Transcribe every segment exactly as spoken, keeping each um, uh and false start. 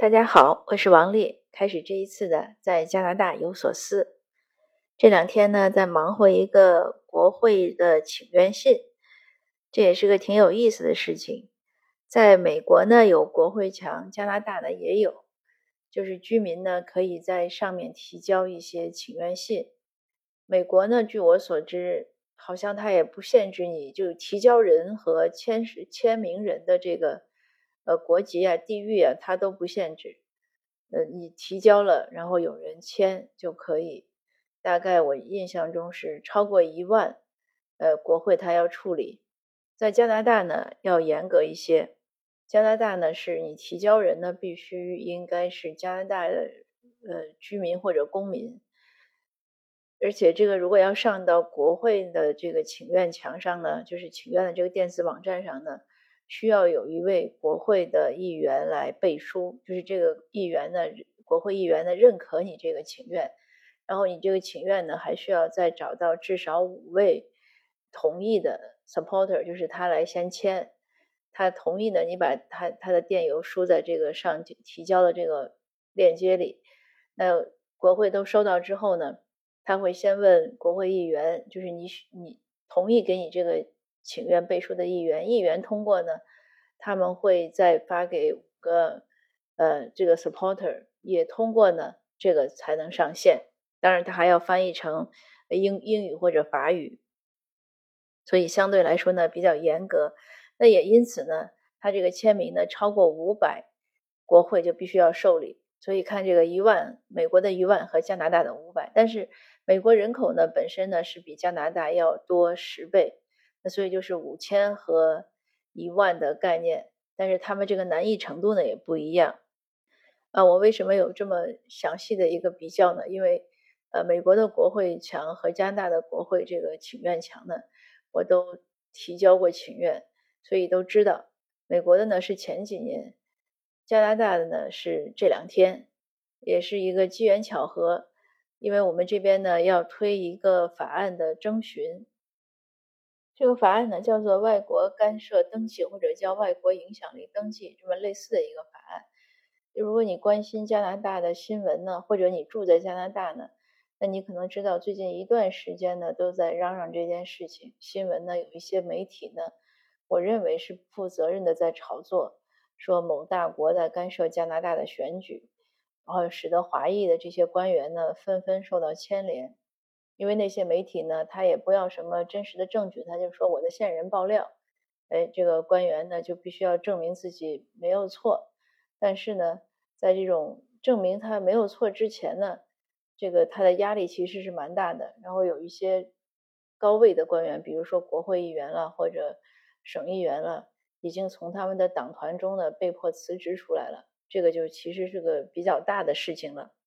大家好，我是王丽。开始这一次的在加拿大有所思。这两天呢，在忙活一个国会的请愿信，这也是个挺有意思的事情。在美国呢有国会墙，加拿大呢也有，就是居民呢可以在上面提交一些请愿信。美国呢，据我所知，好像它也不限制你就提交人和签签名人的这个呃国籍啊、地域啊，它都不限制。呃，你提交了，然后有人签就可以。大概我印象中是超过一万，呃，国会它要处理。在加拿大呢，要严格一些。加拿大呢，是你提交人呢，必须应该是加拿大的呃居民或者公民。而且这个如果要上到国会的这个请愿墙上呢，就是请愿的这个电子网站上呢，需要有一位国会的议员来背书，就是这个议员呢，国会议员呢认可你这个请愿，然后你这个请愿呢还需要再找到至少五位同意的 supporter， 就是他来先签，他同意的，你把他他的电邮输在这个上提交的这个链接里，那国会都收到之后呢，他会先问国会议员，就是你你同意给你这个请愿背书的议员，议员通过呢，他们会再发给五个呃这个 supporter 也通过呢，这个才能上线。当然，它还要翻译成英英语或者法语，所以相对来说呢比较严格。那也因此呢，他这个签名呢超过五百，国会就必须要受理。所以看这个一万，美国的一万和加拿大的五百，但是美国人口呢本身呢是比加拿大要多十倍，那所以就是五千和一万的概念，但是他们这个难易程度呢也不一样。啊，我为什么有这么详细的一个比较呢？因为呃，美国的国会墙和加拿大的国会这个请愿墙呢，我都提交过请愿，所以都知道。美国的呢是前几年，加拿大的呢是这两天，也是一个机缘巧合，因为我们这边呢要推一个法案的征询，这个法案呢叫做外国干涉登记或者叫外国影响力登记，这么类似的一个法案。如果你关心加拿大的新闻呢，或者你住在加拿大呢，那你可能知道最近一段时间呢都在嚷嚷这件事情。新闻呢有一些媒体呢，我认为是不负责任的在炒作，说某大国在干涉加拿大的选举，然后使得华裔的这些官员呢纷纷受到牵连。因为那些媒体呢，他也不要什么真实的证据，他就说我的线人爆料，哎，这个官员呢就必须要证明自己没有错。但是呢，在这种证明他没有错之前呢，这个他的压力其实是蛮大的。然后有一些高位的官员，比如说国会议员了或者省议员了，已经从他们的党团中呢被迫辞职出来了。这个就其实是个比较大的事情了。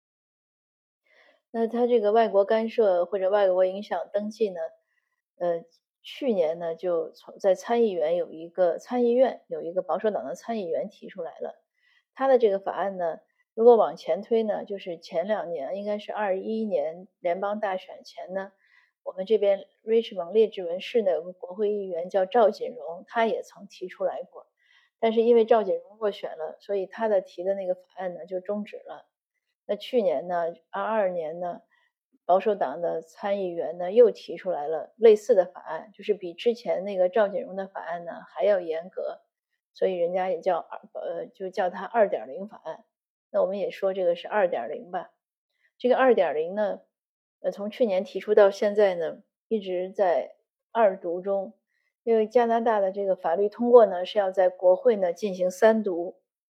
那他这个外国干涉或者外国影响登记呢，呃，去年呢就从在参议员有一个参议院有一个保守党的参议员提出来了，他的这个法案呢，如果往前推呢，就是前两年应该是二一年联邦大选前呢，我们这边 Richmond 列治文市呢有个国会议员叫赵锦荣，他也曾提出来过，但是因为赵锦荣落选了，所以他的提的那个法案呢就终止了。那去年呢，二二年呢，保守党的参议员呢又提出来了类似的法案，就是比之前那个赵锦荣的法案呢还要严格，所以人家也叫呃就叫它 二点零 法案。那我们也说这个是 二点零 吧。这个 二点零 呢，呃从去年提出到现在呢，一直在二读中，因为加拿大的这个法律通过呢是要在国会呢进行三读。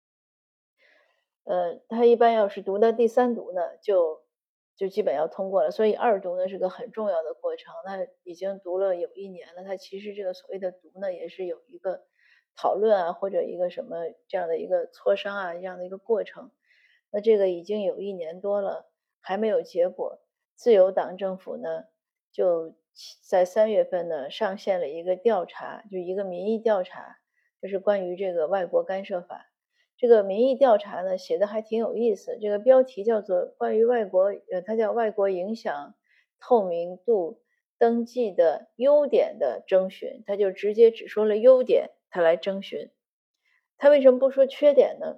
呃，他一般要是读到第三读呢，就就基本要通过了。所以二读呢是个很重要的过程。那已经读了有一年了，他其实这个所谓的读呢，也是有一个讨论啊，或者一个什么这样的一个磋商啊，这样的一个过程。那这个已经有一年多了，还没有结果。自由党政府呢，就在三月份呢上线了一个调查，就一个民意调查，就是关于这个外国干涉法。这个民意调查呢写的还挺有意思，这个标题叫做关于外国呃，它叫外国影响透明度登记的优点的征询，它就直接只说了优点，它来征询。它为什么不说缺点呢？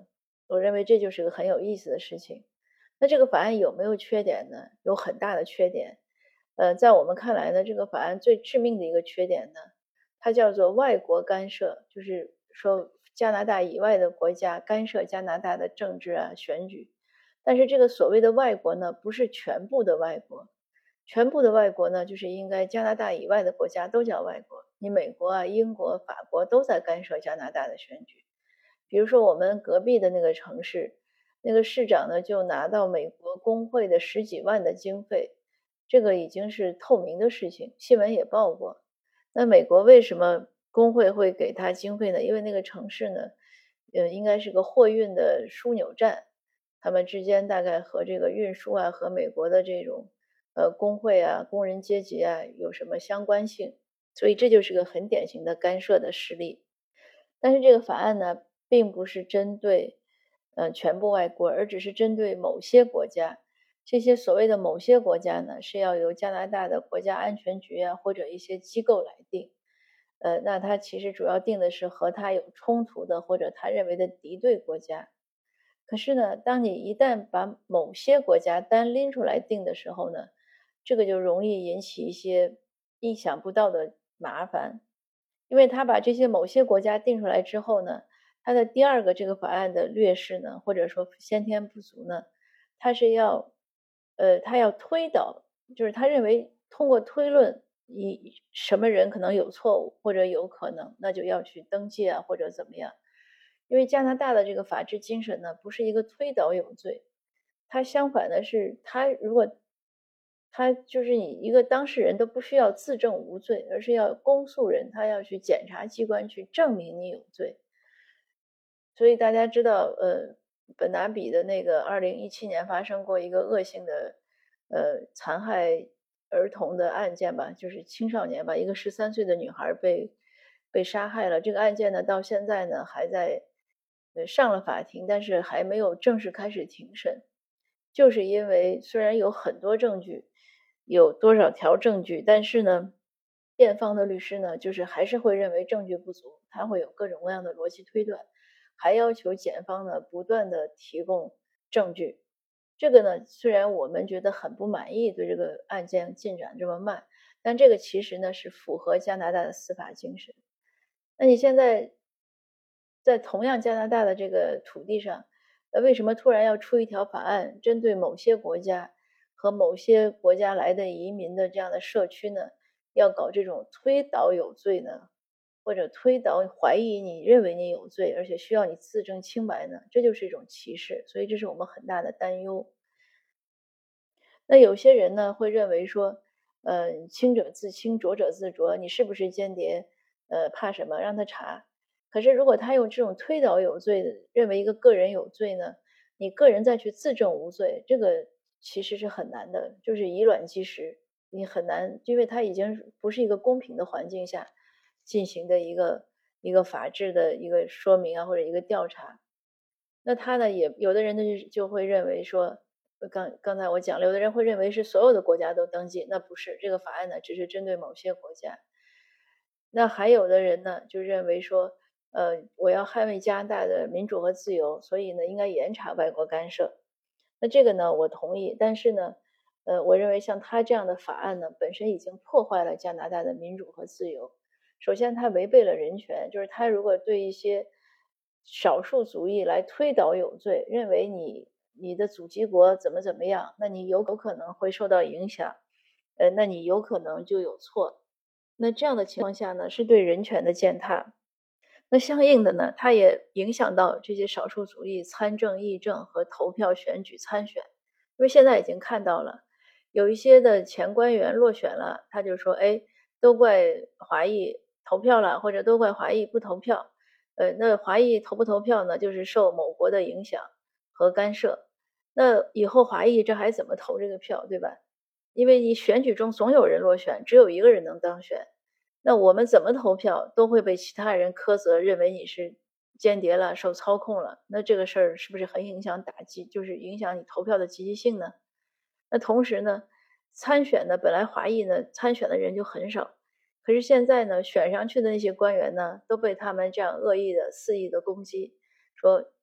我认为这就是个很有意思的事情。那这个法案有没有缺点呢？有很大的缺点。呃，在我们看来呢，这个法案最致命的一个缺点呢，它叫做外国干涉，就是说加拿大以外的国家干涉加拿大的政治啊、选举。但是这个所谓的外国呢，不是全部的外国，全部的外国呢，就是应该加拿大以外的国家都叫外国。你美国啊、英国、法国都在干涉加拿大的选举。比如说我们隔壁的那个城市，那个市长呢就拿到美国工会的十几万的经费，这个已经是透明的事情，新闻也报过。那美国为什么工会会给他经费呢？因为那个城市呢，呃，应该是个货运的枢纽站，他们之间大概和这个运输啊，和美国的这种呃工会啊、工人阶级啊有什么相关性，所以这就是个很典型的干涉的实例。但是这个法案呢，并不是针对呃全部外国，而只是针对某些国家。这些所谓的某些国家呢，是要由加拿大的国家安全局啊或者一些机构来定。呃，那他其实主要定的是和他有冲突的或者他认为的敌对国家。可是呢，当你一旦把某些国家单拎出来定的时候呢，这个就容易引起一些意想不到的麻烦。因为他把这些某些国家定出来之后呢，他的第二个这个法案的劣势呢，或者说先天不足呢，他是要，呃，他要推导，就是他认为通过推论，以什么人可能有错误或者有可能，那就要去登记啊或者怎么样。因为加拿大的这个法治精神呢，不是一个推导有罪，它相反的是，他如果他就是你一个当事人都不需要自证无罪，而是要公诉人他要去检察机关去证明你有罪。所以大家知道，呃，本拿比的那个二零一七年发生过一个恶性的，呃，残害儿童的案件吧，就是青少年吧，一个十三岁的女孩被被杀害了。这个案件呢，到现在呢还在呃上了法庭，但是还没有正式开始庭审，就是因为虽然有很多证据，有多少条证据，但是呢，辩方的律师呢，就是还是会认为证据不足，他会有各种各样的逻辑推断。还要求检方呢不断的提供证据。这个呢，虽然我们觉得很不满意，对这个案件进展这么慢，但这个其实呢是符合加拿大的司法精神。那你现在在同样加拿大的这个土地上，呃，为什么突然要出一条法案，针对某些国家和某些国家来的移民的这样的社区呢，要搞这种推导有罪呢？或者推导怀疑你认为你有罪，而且需要你自证清白呢？这就是一种歧视，所以这是我们很大的担忧。那有些人呢会认为说，呃，清者自清，浊者自浊，你是不是间谍？呃，怕什么？让他查。可是如果他用这种推导有罪的，认为一个个人有罪呢，你个人再去自证无罪，这个其实是很难的，就是以卵击石，你很难，因为他已经不是一个公平的环境下进行的一个一个法治的一个说明啊，或者一个调查。那他呢，也有的人呢就就会认为说，呃刚刚才我讲了，有的人会认为是所有的国家都登记，那不是，这个法案呢只是针对某些国家。那还有的人呢就认为说，呃，我要捍卫加拿大的民主和自由，所以呢应该严查外国干涉。那这个呢我同意，但是呢，呃，我认为像他这样的法案呢，本身已经破坏了加拿大的民主和自由。首先，他违背了人权，就是他如果对一些少数族裔来推导有罪，认为你你的祖籍国怎么怎么样，那你有可能会受到影响，呃，那你有可能就有错。那这样的情况下呢，是对人权的践踏。那相应的呢，它也影响到这些少数族裔参政、议政和投票、选举、参选。因为现在已经看到了，有一些的前官员落选了，他就说：“哎，都怪华裔投票了，或者都怪华裔不投票。”呃，那华裔投不投票呢，就是受某国的影响和干涉。那以后华裔这还怎么投这个票，对吧？因为你选举中总有人落选，只有一个人能当选。那我们怎么投票都会被其他人苛责，认为你是间谍了，受操控了。那这个事儿是不是很影响打击，就是影响你投票的积极性呢？那同时呢，参选呢，本来华裔呢参选的人就很少，可是现在呢，选上去的那些官员呢，都被他们这样恶意的、肆意的攻击，说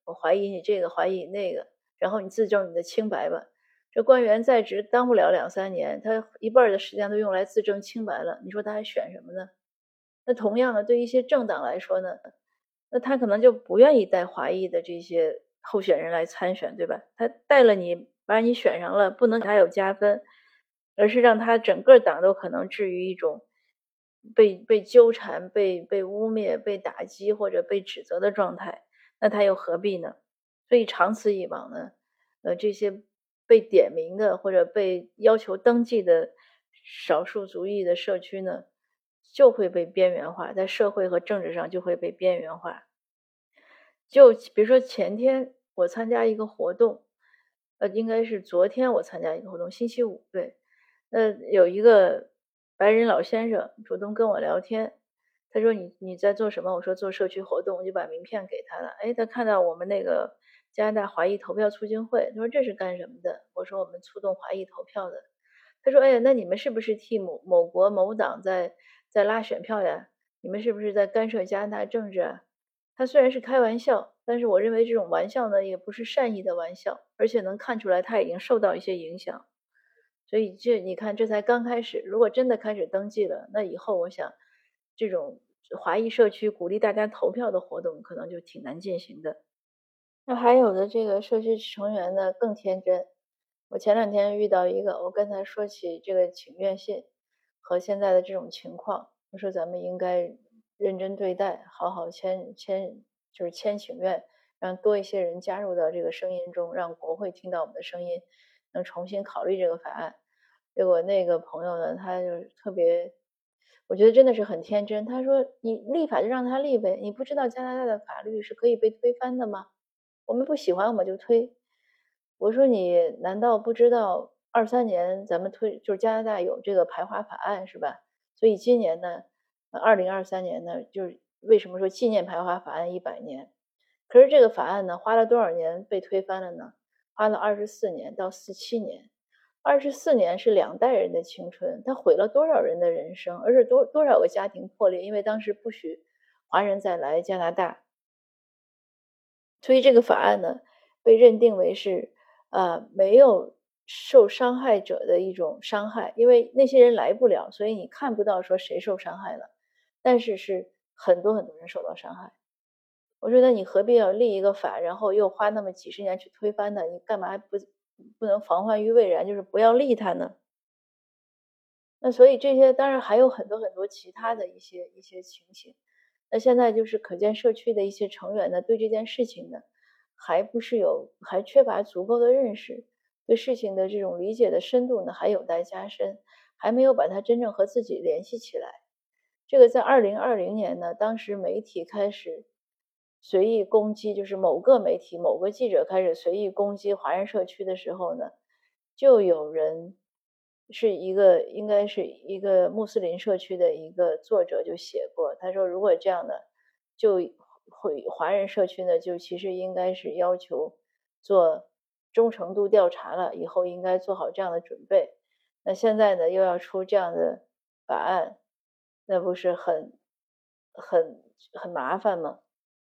我怀疑你这个，怀疑你那个，然后你自证你的清白吧。这官员在职当不了两三年，他一半的时间都用来自证清白了，你说他还选什么呢？那同样的，对一些政党来说呢，那他可能就不愿意带华裔的这些候选人来参选，对吧？他带了你，把你选上了，不能给他有加分，而是让他整个党都可能置于一种被被纠缠、被被污蔑、被打击或者被指责的状态，那他又何必呢？所以长此以往呢，呃，这些被点名的或者被要求登记的少数族裔的社区呢，就会被边缘化，在社会和政治上就会被边缘化。就比如说前天我参加一个活动，呃，应该是昨天我参加一个活动，星期五，对，那有一个白人老先生主动跟我聊天，他说你你在做什么？我说做社区活动，我就把名片给他了。哎，他看到我们那个加拿大华裔投票促进会，他说这是干什么的？我说我们促动华裔投票的。他说，哎呀，那你们是不是替某某国某党在在拉选票呀？你们是不是在干涉加拿大政治啊？他虽然是开玩笑，但是我认为这种玩笑呢，也不是善意的玩笑，而且能看出来他已经受到一些影响。所以这你看，这才刚开始。如果真的开始登记了，那以后我想，这种华裔社区鼓励大家投票的活动，可能就挺难进行的。那还有的这个社区成员呢，更天真。我前两天遇到一个，我跟他说起这个请愿信和现在的这种情况，我说咱们应该认真对待，好好签签就是签请愿，让多一些人加入到这个声音中，让国会听到我们的声音，能重新考虑这个法案。结果那个朋友呢，他就特别，我觉得真的是很天真。他说：“你立法就让他立呗，你不知道加拿大的法律是可以被推翻的吗？我们不喜欢我们就推。”我说你难道不知道二三年咱们推就是加拿大有这个排华法案是吧？所以今年呢，二零二三年呢，就是为什么说纪念排华法案一百年？可是这个法案呢，花了多少年被推翻了呢？花了二十四年到四七年，二十四年是两代人的青春，它毁了多少人的人生，而是多多少个家庭破裂，因为当时不许华人再来加拿大，所以这个法案呢，被认定为是。呃，没有受伤害者的一种伤害，因为那些人来不了，所以你看不到说谁受伤害了，但是是很多很多人受到伤害。我说那你何必要立一个法，然后又花那么几十年去推翻它？你干嘛不不能防患于未然，就是不要立它呢？那所以这些当然还有很多很多其他的一些一些情形。那现在就是可见社区的一些成员呢，对这件事情呢。还不是有还缺乏足够的认识，对事情的这种理解的深度呢还有待加深，还没有把它真正和自己联系起来。这个在二零二零年呢，当时媒体开始随意攻击，就是某个媒体某个记者开始随意攻击华人社区的时候呢，就有人是一个应该是一个穆斯林社区的一个作者就写过，他说如果这样的就会华人社区呢，就其实应该是要求做忠诚度调查了，以后应该做好这样的准备。那现在呢，又要出这样的法案，那不是很很很麻烦吗？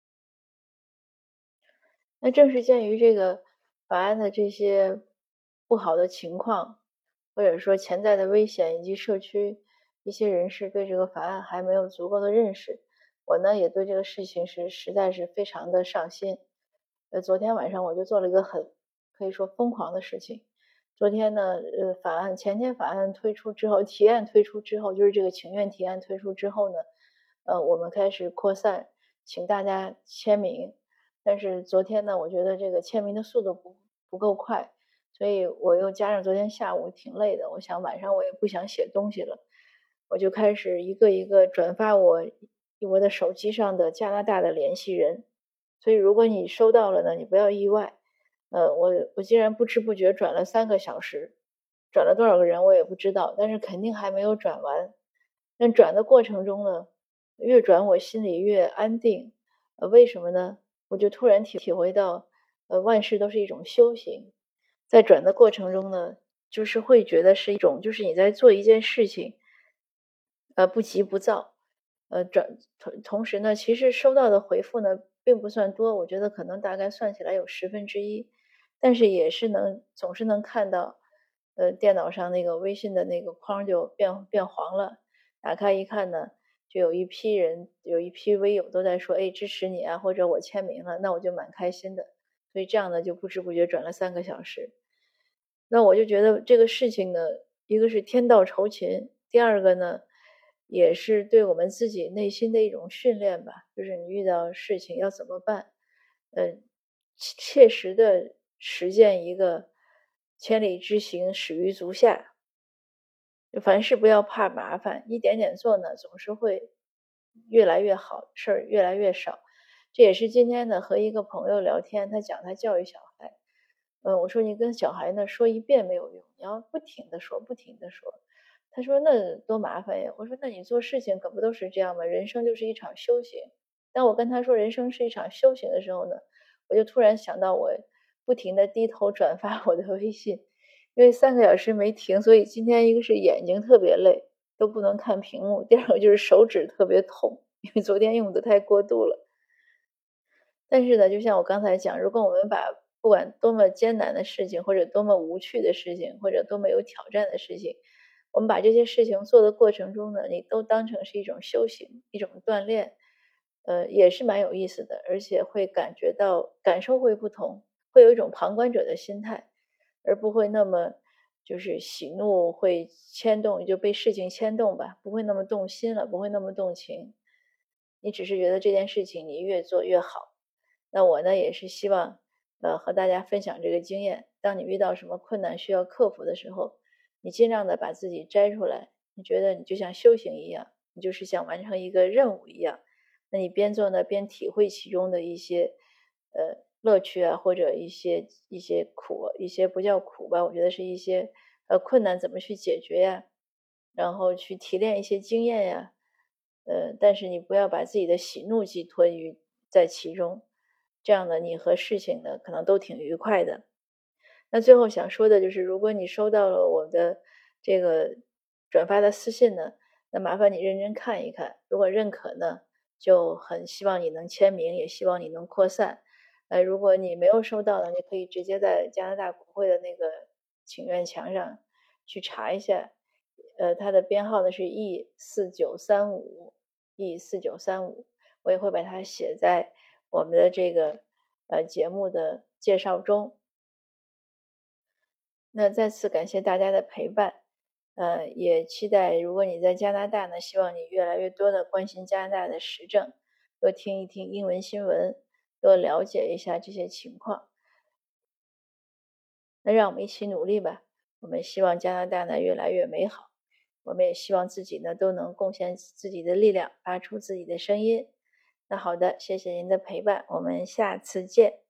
那正是鉴于这个法案的这些不好的情况，或者说潜在的危险，以及社区一些人士对这个法案还没有足够的认识，我呢也对这个事情是实在是非常的上心。呃，昨天晚上我就做了一个很可以说疯狂的事情。昨天呢，呃，法案前天法案推出之后，提案推出之后，就是这个请愿提案推出之后呢，呃，我们开始扩散，请大家签名。但是昨天呢，我觉得这个签名的速度不不够快，所以我又加上昨天下午挺累的，我想晚上我也不想写东西了，我就开始一个一个转发我我的手机上的加拿大的联系人。所以如果你收到了呢，你不要意外。呃，我我竟然不知不觉转了三个小时，转了多少个人我也不知道，但是肯定还没有转完。但转的过程中呢，越转我心里越安定。呃，为什么呢？我就突然体体会到，呃，万事都是一种修行。在转的过程中呢，就是会觉得是一种，就是你在做一件事情，呃，不急不躁，呃，转同同时呢，其实收到的回复呢， 并不算多，我觉得可能大概算起来有十分之一，但是也是能总是能看到，呃，电脑上那个微信的那个框就变变黄了，打开一看呢，就有一批人，有一批微友都在说，哎，支持你啊，或者我签名了，那我就蛮开心的。所以这样呢，就不知不觉转了三个小时。那我就觉得这个事情呢，一个是天道酬勤，第二个呢，也是对我们自己内心的一种训练吧。就是你遇到事情要怎么办，呃，切实的实践一个千里之行，始于足下。就凡事不要怕麻烦，一点点做呢，总是会越来越好，事儿越来越少。这也是今天呢和一个朋友聊天，他讲他教育小孩，嗯，我说你跟小孩呢说一遍没有用，你要不停的说，不停的说。他说那多麻烦呀。我说那你做事情可不都是这样吗？人生就是一场修行。当我跟他说人生是一场修行的时候呢，我就突然想到我不停的低头转发我的微信，因为三个小时没停，所以今天一个是眼睛特别累，都不能看屏幕，第二个就是手指特别痛，因为昨天用的太过度了。但是呢，就像我刚才讲，如果我们把不管多么艰难的事情，或者多么无趣的事情，或者多么有挑战的事情，我们把这些事情做的过程中呢，你都当成是一种修行，一种锻炼，呃，也是蛮有意思的，而且会感觉到感受会不同，会有一种旁观者的心态，而不会那么就是喜怒会牵动，就被事情牵动吧，不会那么动心了，不会那么动情。你只是觉得这件事情你越做越好。那我呢也是希望，呃，和大家分享这个经验。当你遇到什么困难需要克服的时候，你尽量的把自己摘出来，你觉得你就像修行一样，你就是想完成一个任务一样。那你边做呢，边体会其中的一些，呃，乐趣啊，或者一些一些苦，一些不叫苦吧，我觉得是一些呃困难怎么去解决呀，然后去提炼一些经验呀，呃，但是你不要把自己的喜怒寄托于在其中。这样呢，你和事情呢可能都挺愉快的。那最后想说的就是，如果你收到了我的这个转发的私信呢，那麻烦你认真看一看。如果认可呢，就很希望你能签名，也希望你能扩散。呃，如果你没有收到呢，你可以直接在加拿大国会的那个请愿墙上去查一下，呃，它的编号呢是 E 四九三五 E 四九三五，我也会把它写在我们的这个呃节目的介绍中。那再次感谢大家的陪伴，呃，也期待如果你在加拿大呢，希望你越来越多的关心加拿大的时政，多听一听英文新闻，多了解一下这些情况。那让我们一起努力吧，我们希望加拿大呢越来越美好，我们也希望自己呢都能贡献自己的力量，发出自己的声音。那好的，谢谢您的陪伴，我们下次见。